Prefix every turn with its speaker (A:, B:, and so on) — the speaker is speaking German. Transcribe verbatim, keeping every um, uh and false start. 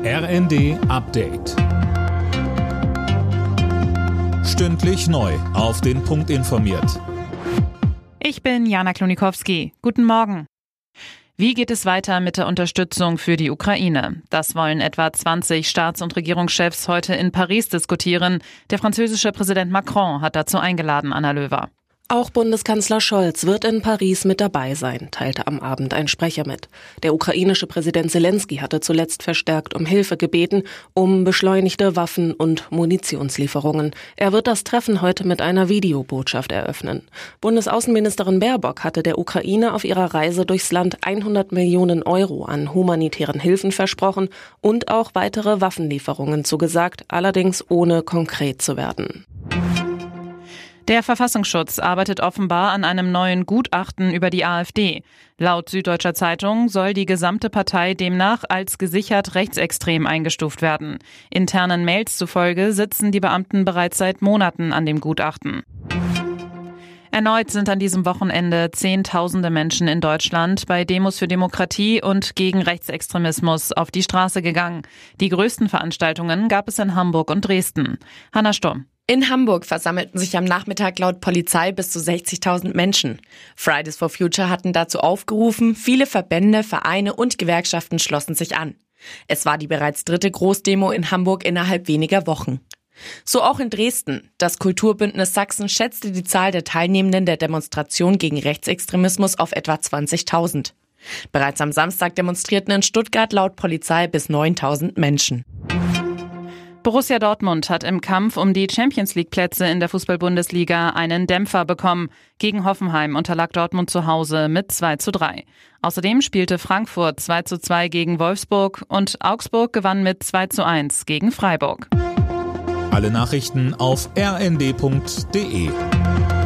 A: R N D Update. Stündlich neu auf den Punkt informiert.
B: Ich bin Jana Klonikowski. Guten Morgen. Wie geht es weiter mit der Unterstützung für die Ukraine? Das wollen etwa zwanzig Staats- und Regierungschefs heute in Paris diskutieren. Der französische Präsident Macron hat dazu eingeladen, Anna Löwer.
C: Auch Bundeskanzler Scholz wird in Paris mit dabei sein, teilte am Abend ein Sprecher mit. Der ukrainische Präsident Zelensky hatte zuletzt verstärkt um Hilfe gebeten, um beschleunigte Waffen- und Munitionslieferungen. Er wird das Treffen heute mit einer Videobotschaft eröffnen. Bundesaußenministerin Baerbock hatte der Ukraine auf ihrer Reise durchs Land hundert Millionen Euro an humanitären Hilfen versprochen und auch weitere Waffenlieferungen zugesagt, allerdings ohne konkret zu werden.
B: Der Verfassungsschutz arbeitet offenbar an einem neuen Gutachten über die AfD. Laut Süddeutscher Zeitung soll die gesamte Partei demnach als gesichert rechtsextrem eingestuft werden. Internen Mails zufolge sitzen die Beamten bereits seit Monaten an dem Gutachten. Erneut sind an diesem Wochenende Zehntausende Menschen in Deutschland bei Demos für Demokratie und gegen Rechtsextremismus auf die Straße gegangen. Die größten Veranstaltungen gab es in Hamburg und Dresden. Hanna Sturm.
D: In Hamburg versammelten sich am Nachmittag laut Polizei bis zu sechzigtausend Menschen. Fridays for Future hatten dazu aufgerufen, viele Verbände, Vereine und Gewerkschaften schlossen sich an. Es war die bereits dritte Großdemo in Hamburg innerhalb weniger Wochen. So auch in Dresden. Das Kulturbündnis Sachsen schätzte die Zahl der Teilnehmenden der Demonstration gegen Rechtsextremismus auf etwa zwanzigtausend. Bereits am Samstag demonstrierten in Stuttgart laut Polizei bis neuntausend Menschen.
B: Borussia Dortmund hat im Kampf um die Champions-League-Plätze in der Fußball-Bundesliga einen Dämpfer bekommen. Gegen Hoffenheim unterlag Dortmund zu Hause mit zwei zu drei. Außerdem spielte Frankfurt zwei zu zwei gegen Wolfsburg und Augsburg gewann mit zwei zu eins gegen Freiburg.
A: Alle Nachrichten auf r n d punkt d e.